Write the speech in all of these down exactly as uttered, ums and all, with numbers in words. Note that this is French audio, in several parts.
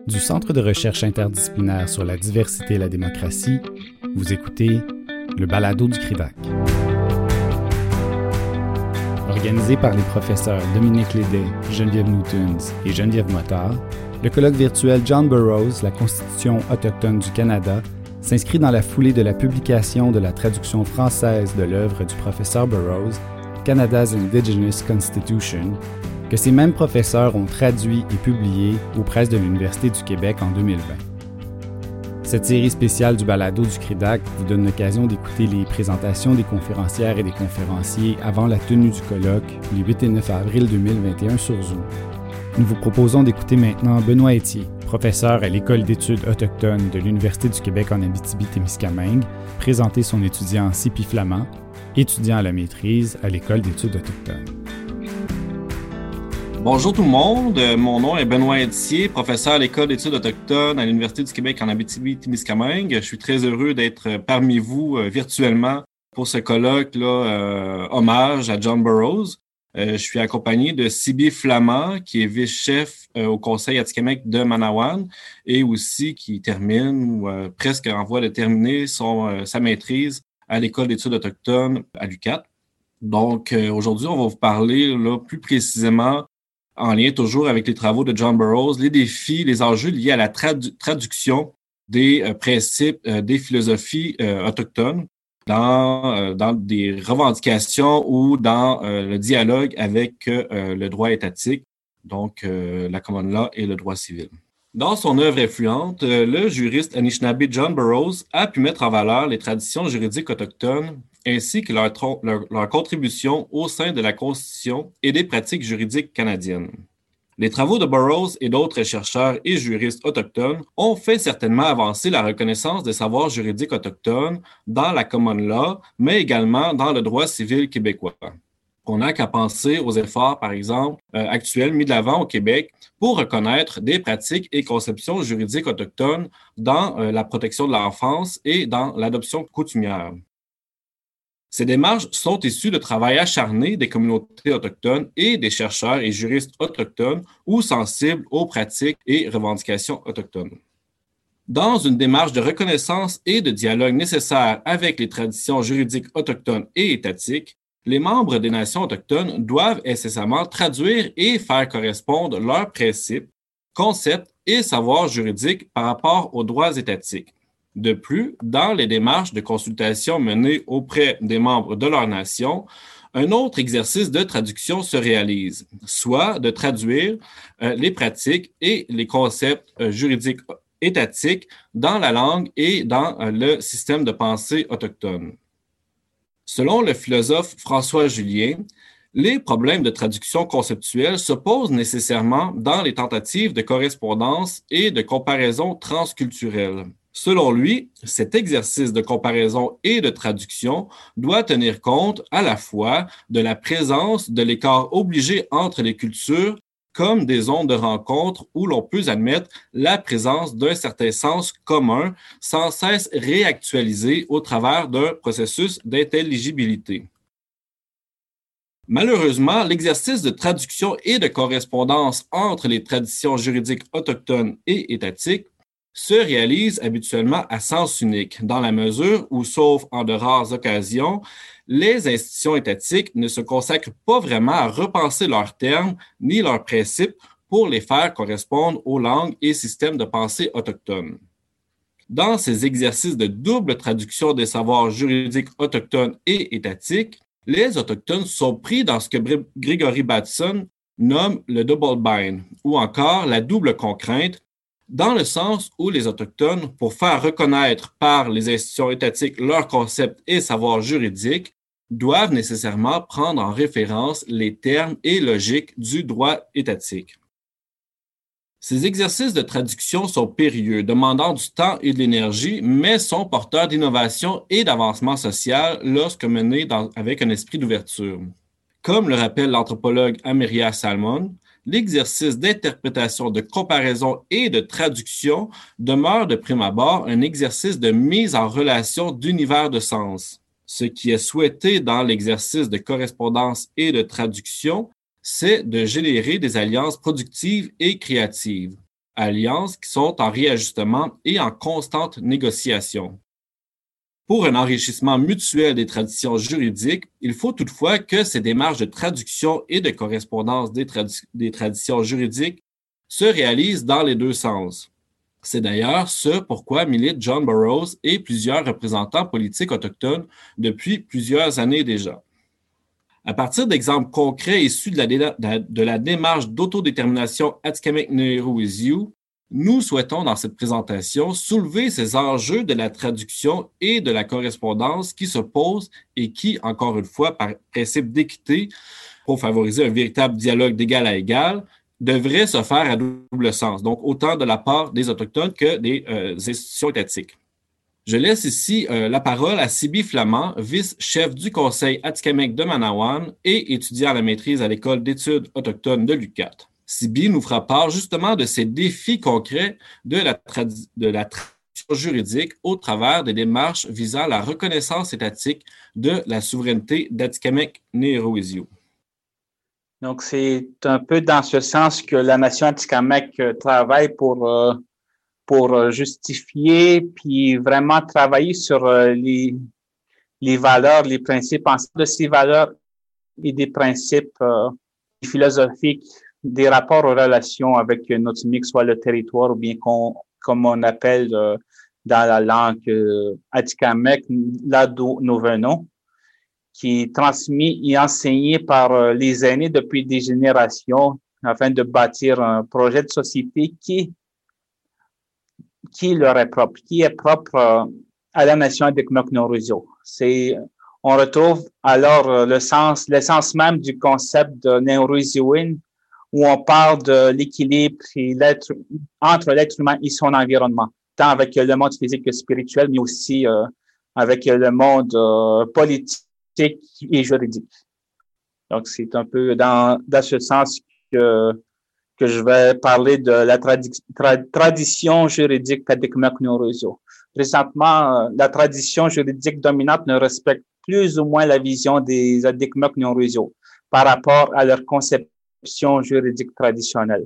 Du Centre de recherche interdisciplinaire sur la diversité et la démocratie, vous écoutez le balado du CRIDAC. Organisé par les professeurs Dominique Lédet, Geneviève Newtons et Geneviève Motard, le colloque virtuel John Burroughs, la Constitution autochtone du Canada, s'inscrit dans la foulée de la publication de la traduction française de l'œuvre du professeur Burroughs, Canada's Indigenous Constitution, que ces mêmes professeurs ont traduit et publié aux presses de l'Université du Québec en deux mille vingt. Cette série spéciale du balado du CRIDAC vous donne l'occasion d'écouter les présentations des conférencières et des conférenciers avant la tenue du colloque les huit et neuf avril deux mille vingt et un sur Zoom. Nous vous proposons d'écouter maintenant Benoît Etier, professeur à l'École d'études autochtones de l'Université du Québec en Abitibi-Témiscamingue, présenter son étudiant Sipi Flamand, étudiant à la maîtrise à l'École d'études autochtones. Bonjour tout le monde, mon nom est Benoît Etier, professeur à l'École d'études autochtones à l'Université du Québec en Abitibi-Témiscamingue. Je suis très heureux d'être parmi vous euh, virtuellement pour ce colloque-là, euh, hommage à John Burroughs. Euh, je suis accompagné de Sipi Flamand, qui est vice-chef euh, au Conseil Atikamekw de Manawan et aussi qui termine ou euh, presque en voie de terminer son, euh, sa maîtrise à l'École d'études autochtones à l'U Q A T. Donc euh, aujourd'hui, on va vous parler là, plus précisément en lien toujours avec les travaux de John Burroughs, les défis, les enjeux liés à la tradu- traduction des euh, principes euh, des philosophies euh, autochtones dans, euh, dans des revendications ou dans euh, le dialogue avec euh, le droit étatique, donc euh, la common law et le droit civil. Dans son œuvre influente, euh, le juriste Anishinaabe John Burroughs a pu mettre en valeur les traditions juridiques autochtones ainsi que leur, tron- leur, leur contribution au sein de la Constitution et des pratiques juridiques canadiennes. Les travaux de Burroughs et d'autres chercheurs et juristes autochtones ont fait certainement avancer la reconnaissance des savoirs juridiques autochtones dans la common law, mais également dans le droit civil québécois. On n'a qu'à penser aux efforts, par exemple, euh, actuels mis de l'avant au Québec pour reconnaître des pratiques et conceptions juridiques autochtones dans euh, la protection de l'enfance et dans l'adoption coutumière. Ces démarches sont issues de travail acharné des communautés autochtones et des chercheurs et juristes autochtones ou sensibles aux pratiques et revendications autochtones. Dans une démarche de reconnaissance et de dialogue nécessaire avec les traditions juridiques autochtones et étatiques, les membres des nations autochtones doivent incessamment traduire et faire correspondre leurs principes, concepts et savoirs juridiques par rapport aux droits étatiques. De plus, dans les démarches de consultation menées auprès des membres de leur nation, un autre exercice de traduction se réalise, soit de traduire euh, les pratiques et les concepts euh, juridiques étatiques dans la langue et dans euh, le système de pensée autochtone. Selon le philosophe François Julien, les problèmes de traduction conceptuelle se posent nécessairement dans les tentatives de correspondance et de comparaison transculturelle. Selon lui, cet exercice de comparaison et de traduction doit tenir compte à la fois de la présence de l'écart obligé entre les cultures comme des zones de rencontre où l'on peut admettre la présence d'un certain sens commun sans cesse réactualisé au travers d'un processus d'intelligibilité. Malheureusement, l'exercice de traduction et de correspondance entre les traditions juridiques autochtones et étatiques se réalise habituellement à sens unique, dans la mesure où, sauf en de rares occasions, les institutions étatiques ne se consacrent pas vraiment à repenser leurs termes ni leurs principes pour les faire correspondre aux langues et systèmes de pensée autochtones. Dans ces exercices de double traduction des savoirs juridiques autochtones et étatiques, les Autochtones sont pris dans ce que Gregory Bateson nomme le double bind, ou encore la double contrainte, dans le sens où les Autochtones, pour faire reconnaître par les institutions étatiques leurs concepts et savoirs juridiques, doivent nécessairement prendre en référence les termes et logiques du droit étatique. Ces exercices de traduction sont périlleux, demandant du temps et de l'énergie, mais sont porteurs d'innovation et d'avancement social lorsque menés dans, avec un esprit d'ouverture. Comme le rappelle l'anthropologue Ameria Salmon, l'exercice d'interprétation, de comparaison et de traduction demeure de prime abord un exercice de mise en relation d'univers de sens. Ce qui est souhaité dans l'exercice de correspondance et de traduction, c'est de générer des alliances productives et créatives. alliances qui sont en réajustement et en constante négociation. Pour un enrichissement mutuel des traditions juridiques, il faut toutefois que ces démarches de traduction et de correspondance des, tradu- des traditions juridiques se réalisent dans les deux sens. C'est d'ailleurs ce pourquoi militent John Burroughs et plusieurs représentants politiques autochtones depuis plusieurs années déjà. À partir d'exemples concrets issus de la, dé- de la démarche d'autodétermination Atikamekw-Nehru-Iziu, nous souhaitons dans cette présentation soulever ces enjeux de la traduction et de la correspondance qui se posent et qui, encore une fois, par principe d'équité, pour favoriser un véritable dialogue d'égal à égal, devraient se faire à double sens, donc autant de la part des Autochtones que des euh, institutions étatiques. Je laisse ici euh, la parole à Sibi Flamand, vice-chef du Conseil Atikamekw de Manawan et étudiant à la maîtrise à l'École d'études autochtones de l'U Q A T. Sibi nous fera part justement de ces défis concrets de la, tradi- de la tradition juridique au travers des démarches visant la reconnaissance étatique de la souveraineté d'Atikamekw-Nehru-Iziu. Donc, c'est un peu dans ce sens que la nation Atikamekw travaille pour, euh, pour justifier puis vraiment travailler sur euh, les, les valeurs, les principes, ensemble de ces valeurs et des principes euh, philosophiques, des rapports aux relations avec notre mix, soit le territoire ou bien qu'on, comme on appelle euh, dans la langue euh, Atikamekw, là d'où nous venons, qui est transmis et enseigné par euh, les aînés depuis des générations afin de bâtir un projet de société qui, qui leur est propre, qui est propre euh, à la nation Atikamekw-Nehru-Iziu. C'est, on retrouve alors euh, le sens, l'essence même du concept de Nehru-Iziuin, où on parle de l'équilibre et l'être, entre l'être humain et son environnement, tant avec le monde physique que spirituel, mais aussi euh, avec le monde euh, politique et juridique. Donc, c'est un peu dans, dans ce sens que, que je vais parler de la tradi- tra- tradition juridique Atikamekw-Nehru-Iziu. Présentement, la tradition juridique dominante ne respecte plus ou moins la vision des Atikamekw-Nehru-Iziu par rapport à leur conception juridique traditionnelle.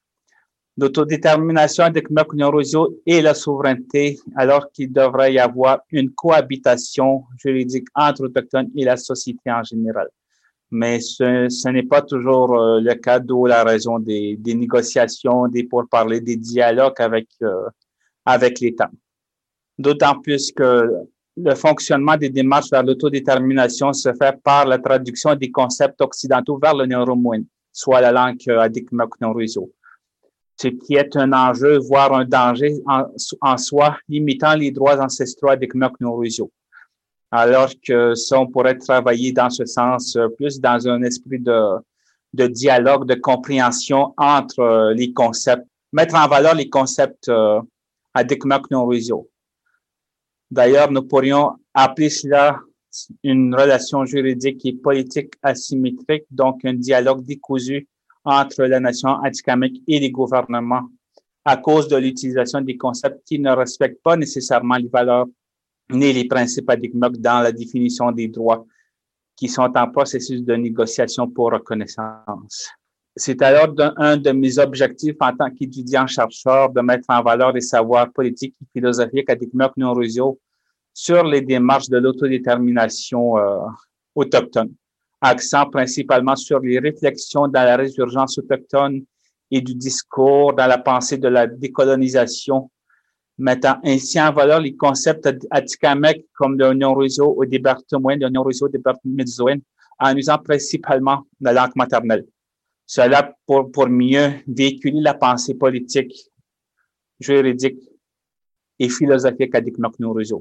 L'autodétermination Atikamekw-Nehru-Iziu et la souveraineté, alors qu'il devrait y avoir une cohabitation juridique entre autochtones et la société en général. Mais ce, ce n'est pas toujours euh, le cas, d'où la raison des, des négociations, des pourparlers, des dialogues avec, euh, avec l'État. D'autant plus que le fonctionnement des démarches vers l'autodétermination se fait par la traduction des concepts occidentaux vers le Nehru-Iziu, soit la langue euh, Atikamekw-Nehru-Iziu. Ce qui est un enjeu, voire un danger en, en soi, limitant les droits ancestraux Atikamekw-Nehru-Iziu. Alors que ça, on pourrait travailler dans ce sens, plus dans un esprit de, de dialogue, de compréhension entre les concepts, mettre en valeur les concepts euh, Atikamekw-Nehru-Iziu. D'ailleurs, nous pourrions appeler cela une relation juridique et politique asymétrique, donc un dialogue décousu entre la nation Atikamekw et les gouvernements à cause de l'utilisation des concepts qui ne respectent pas nécessairement les valeurs ni les principes Atikamekw dans la définition des droits qui sont en processus de négociation pour reconnaissance. C'est alors un, un de mes objectifs en tant qu'étudiant-chercheur de mettre en valeur les savoirs politiques et philosophiques Atikamekw-Nehru-Iziu sur les démarches de l'autodétermination euh, autochtone, accent principalement sur les réflexions dans la résurgence autochtone et du discours dans la pensée de la décolonisation, mettant ainsi en valeur les concepts Atikamekw comme le Nehru-Iziu ou des Berthoumouin, le Nehru-Iziu des Berthoumouin, en usant principalement la langue maternelle. Cela pour, pour mieux véhiculer la pensée politique, juridique et philosophique Atikamekw-Nehru-Iziu.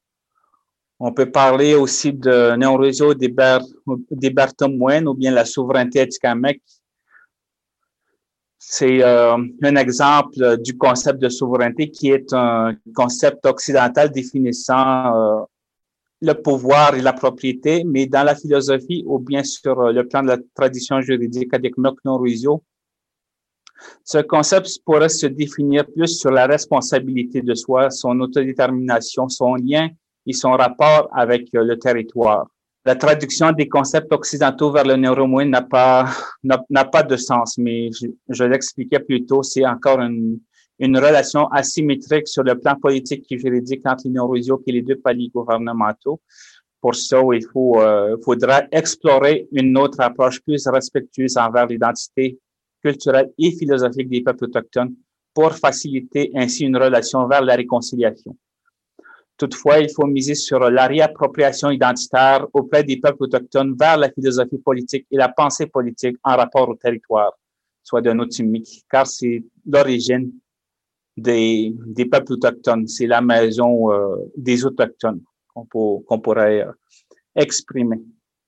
On peut parler aussi de Nehru-Iziu des, Ber, des Berthoumouin ou bien la souveraineté Atikamekw. C'est euh, un exemple du concept de souveraineté qui est un concept occidental définissant euh, le pouvoir et la propriété, mais dans la philosophie ou bien sur le plan de la tradition juridique Atikamekw-Nehru-Iziu, ce concept pourrait se définir plus sur la responsabilité de soi, son autodétermination, son lien et son rapport avec le territoire. la traduction des concepts occidentaux vers le néo-romain n'a pas, n'a, n'a pas de sens, mais je, je l'expliquais plus tôt, c'est encore une, une relation asymétrique sur le plan politique et juridique entre les néo-rusiaux et les deux paliers gouvernementaux. Pour ça, il faut, euh, faudra explorer une autre approche plus respectueuse envers l'identité culturelle et philosophique des peuples autochtones pour faciliter ainsi une relation vers la réconciliation. Toutefois, il faut miser sur la réappropriation identitaire auprès des peuples autochtones vers la philosophie politique et la pensée politique en rapport au territoire, soit de Notimiq, car c'est l'origine des, des peuples autochtones. C'est la maison euh, des autochtones qu'on, pour, qu'on pourrait euh, exprimer.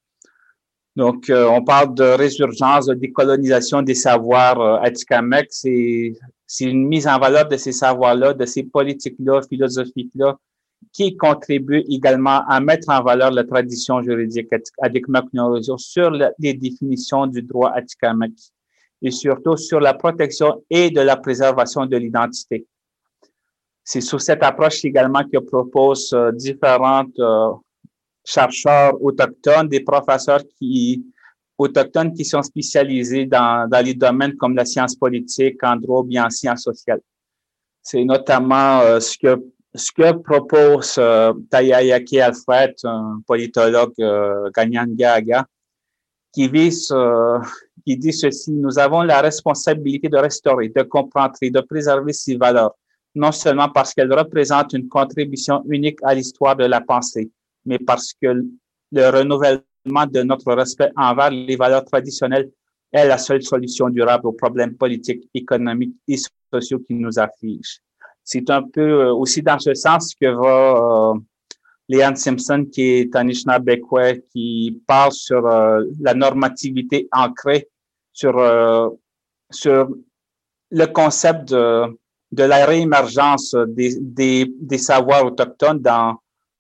Donc, euh, on parle de résurgence, de décolonisation des savoirs euh, atikamekw. C'est, c'est une mise en valeur de ces savoirs-là, de ces politiques-là, philosophiques-là, qui contribue également à mettre en valeur la tradition juridique Atikamekw sur la, les définitions du droit atikamekw et surtout sur la protection et de la préservation de l'identité. C'est sous cette approche également que proposent euh, différentes euh, chercheurs autochtones, des professeurs qui, autochtones qui sont spécialisés dans, dans les domaines comme la science politique, en droit ou bien en sciences sociales. C'est notamment euh, ce que Ce que propose euh, Tayayaki Alfred, un politologue euh, Kanien'kehá:ka, qui vise, euh, qui dit ceci: nous avons la responsabilité de restaurer, de comprendre et de préserver ces valeurs, non seulement parce qu'elles représentent une contribution unique à l'histoire de la pensée, mais parce que le renouvellement de notre respect envers les valeurs traditionnelles est la seule solution durable aux problèmes politiques, économiques et sociaux qui nous affligent. C'est un peu aussi dans ce sens que va euh, Leanne Simpson, qui est Anishinaabekwe, qui parle sur euh, la normativité ancrée sur euh, sur le concept de, de la réémergence des, des, des savoirs autochtones dans,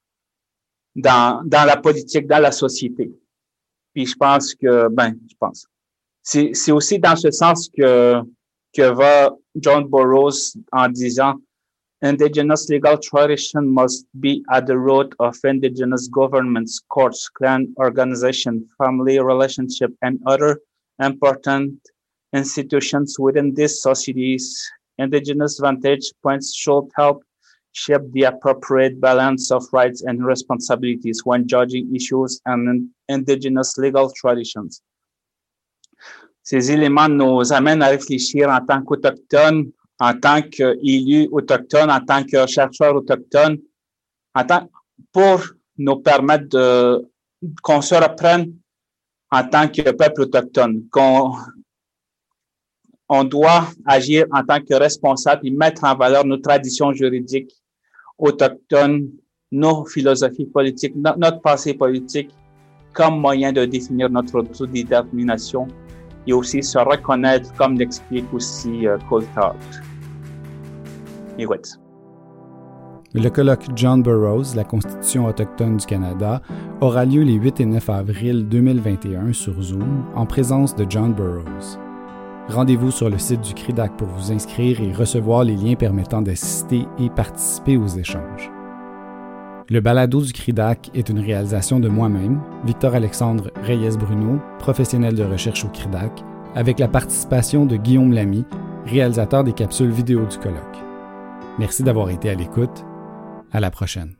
dans, dans la politique, dans la société. Puis je pense que, ben, je pense, c'est, c'est aussi dans ce sens que, que va John Burroughs en disant: Indigenous legal tradition must be at the root of indigenous governments, courts, clan organization, family relationship, and other important institutions within these societies. Indigenous vantage points should help shape the appropriate balance of rights and responsibilities when judging issues and indigenous legal traditions. Ces éléments nous amènent à réfléchir en tant qu'autochtones, en tant qu'élus autochtones, en tant que chercheurs autochtones, en tant, pour nous permettre de, qu'on se reprenne en tant que peuple autochtone, qu'on, on doit agir en tant que responsable et mettre en valeur nos traditions juridiques autochtones, nos philosophies politiques, no, notre pensée politique comme moyen de définir notre autodétermination et aussi se reconnaître, comme l'explique aussi uh, Coulthard. Le colloque John Burroughs, la Constitution autochtone du Canada, aura lieu les huit et neuf avril deux mille vingt et un sur Zoom, en présence de John Burroughs. Rendez-vous sur le site du C R I D A C pour vous inscrire et recevoir les liens permettant d'assister et participer aux échanges. Le balado du C R I D A C est une réalisation de moi-même, Victor-Alexandre Reyes-Bruno, professionnel de recherche au C R I D A C, avec la participation de Guillaume Lamy, réalisateur des capsules vidéo du colloque. Merci d'avoir été à l'écoute. À la prochaine.